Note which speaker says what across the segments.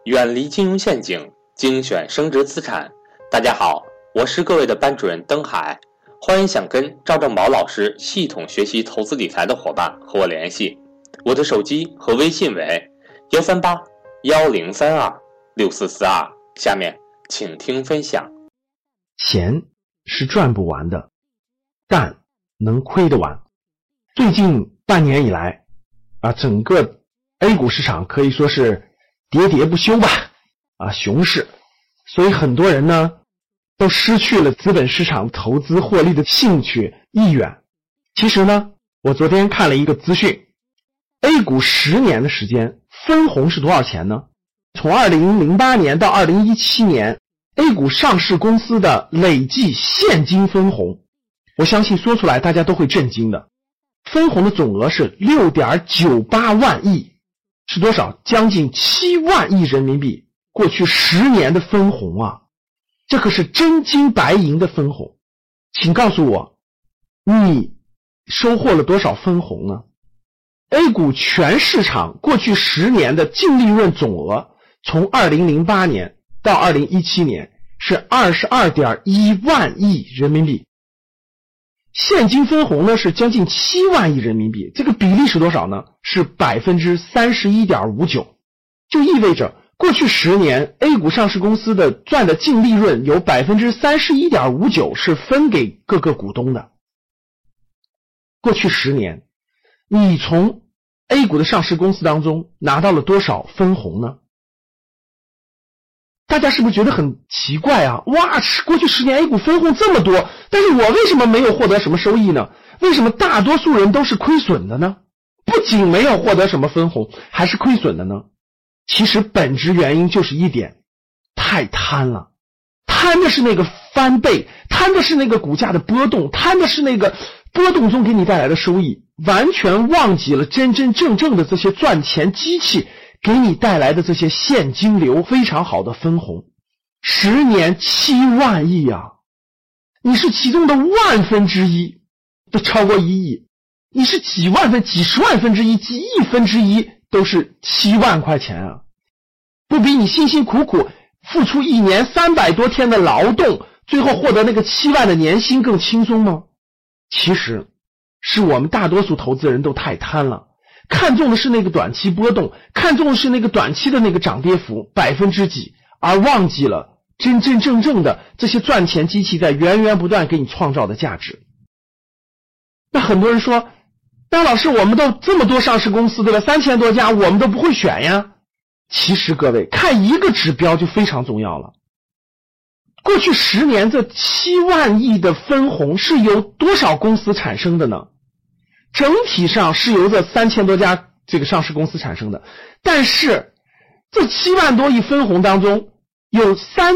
Speaker 1: 远离金融陷阱，精选升值资产。大家好，我是各位的班主任登海，欢迎想跟赵正宝老师系统学习投资理财的伙伴和我联系，我的手机和微信为13810326442。下面请听分享。
Speaker 2: 钱是赚不完的，但能亏得完。最近半年以来整个 A 股市场可以说是喋喋不休吧，熊市，所以很多人呢都失去了资本市场投资获利的兴趣意愿。其实呢，我昨天看了一个资讯， A 股10年的时间分红是多少钱呢？从2008年到2017年 A 股上市公司的累计现金分红，我相信说出来大家都会震惊的。分红的总额是 6.98 万亿，是多少？将近7万亿人民币。过去10年的分红这可是真金白银的分红。请告诉我，你收获了多少分红呢？ A 股全市场过去10年的净利润总额，从2008年到2017年是 22.1 万亿人民币。现金分红呢是将近7万亿人民币，这个比例是多少呢？是 31.59%。 就意味着过去10年 A 股上市公司的赚的净利润有 31.59% 是分给各个股东的。过去10年你从 A 股的上市公司当中拿到了多少分红呢？大家是不是觉得很奇怪哇，过去10年 A 股分红这么多，但是我为什么没有获得什么收益呢？为什么大多数人都是亏损的呢？不仅没有获得什么分红，还是亏损的呢？其实本质原因就是一点，太贪了。贪的是那个翻倍，贪的是那个股价的波动，贪的是那个波动中给你带来的收益，完全忘记了真真正正的这些赚钱机器给你带来的这些现金流非常好的分红。10年7万亿你是其中的万分之一，都超过1亿，你是几万分、几十万分之一、几亿分之一，都是7万块钱不比你辛辛苦苦付出1年300多天的劳动，最后获得那个7万的年薪更轻松吗？其实是我们大多数投资人都太贪了，看重的是那个短期波动，看重的是那个短期的那个涨跌幅百分之几，而忘记了真真正正的这些赚钱机器在源源不断给你创造的价值。那很多人说，那老师我们都这么多上市公司对吧，3000多家，我们都不会选呀。其实各位看一个指标就非常重要了。过去10年这7万亿的分红是由多少公司产生的呢？整体上是由这3000多家这个上市公司产生的，但是这7万多亿分红当中有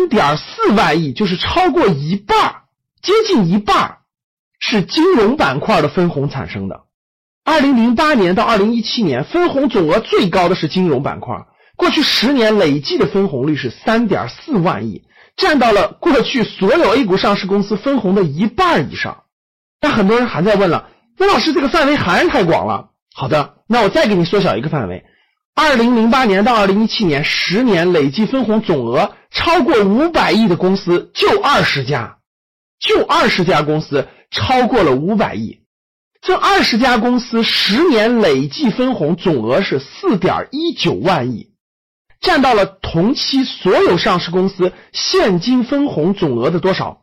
Speaker 2: 3.4 万亿，就是超过一半，接近一半是金融板块的分红产生的。2008年到2017年分红总额最高的是金融板块，过去10年累计的分红率是 3.4 万亿，占到了过去所有 A 股上市公司分红的一半以上。那很多人还在问了，那老师这个范围还是太广了。好的，那我再给你缩小一个范围。2008年到2017年10年累计分红总额超过500亿的公司就20家，就20家公司超过了500亿。这20家公司10年累计分红总额是 4.19 万亿，占到了同期所有上市公司现金分红总额的多少？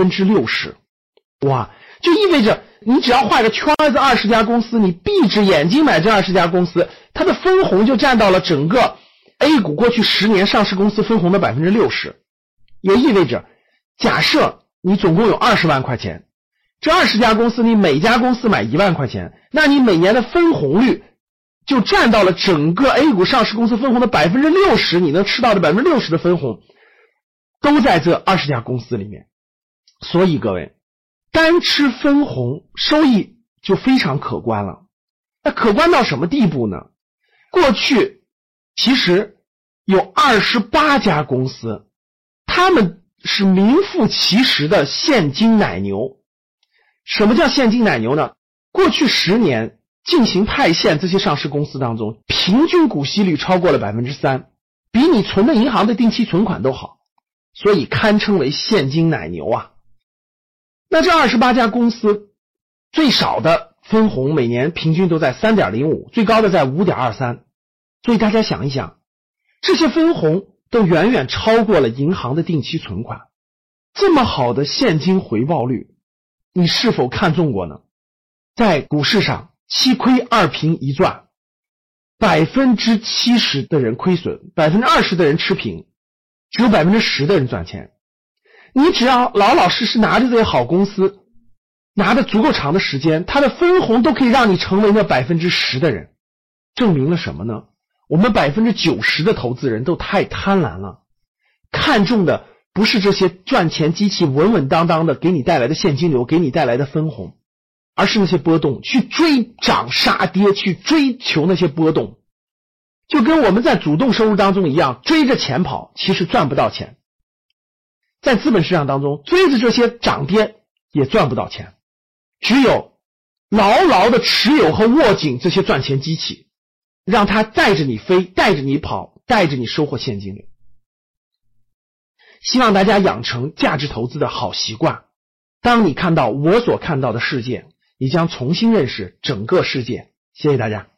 Speaker 2: 60%。 哇，就意味着你只要画个圈子，20家公司，你闭着眼睛买这20家公司，它的分红就占到了整个 A 股过去10年上市公司分红的 60%。 也意味着假设你总共有20万块钱，这20家公司你每家公司买1万块钱，那你每年的分红率就占到了整个 A 股上市公司分红的 60%， 你能吃到的 60% 的分红都在这20家公司里面。所以各位，单吃分红收益就非常可观了。那可观到什么地步呢？过去其实有28家公司，他们是名副其实的现金奶牛。什么叫现金奶牛呢？过去10年进行派现这些上市公司当中，平均股息率超过了 3%， 比你存的银行的定期存款都好，所以堪称为现金奶牛啊。那这28家公司最少的分红每年平均都在 3.05， 最高的在 5.23， 所以大家想一想，这些分红都远远超过了银行的定期存款，这么好的现金回报率，你是否看中过呢？在股市上7亏2平1赚，70%的人亏损，20%的人持平，只有10%的人赚钱。你只要老老实实拿着这些好公司，拿着足够长的时间，它的分红都可以让你成为那10%的人。证明了什么呢？我们90%的投资人都太贪婪了，看重的不是这些赚钱机器稳稳当当的给你带来的现金流，给你带来的分红，而是那些波动，去追涨杀跌，去追求那些波动，就跟我们在主动收入当中一样，追着钱跑，其实赚不到钱。在资本市场当中，追着这些涨跌也赚不到钱，只有牢牢的持有和握紧这些赚钱机器，让它带着你飞，带着你跑，带着你收获现金流。希望大家养成价值投资的好习惯，当你看到我所看到的世界，你将重新认识整个世界。谢谢大家。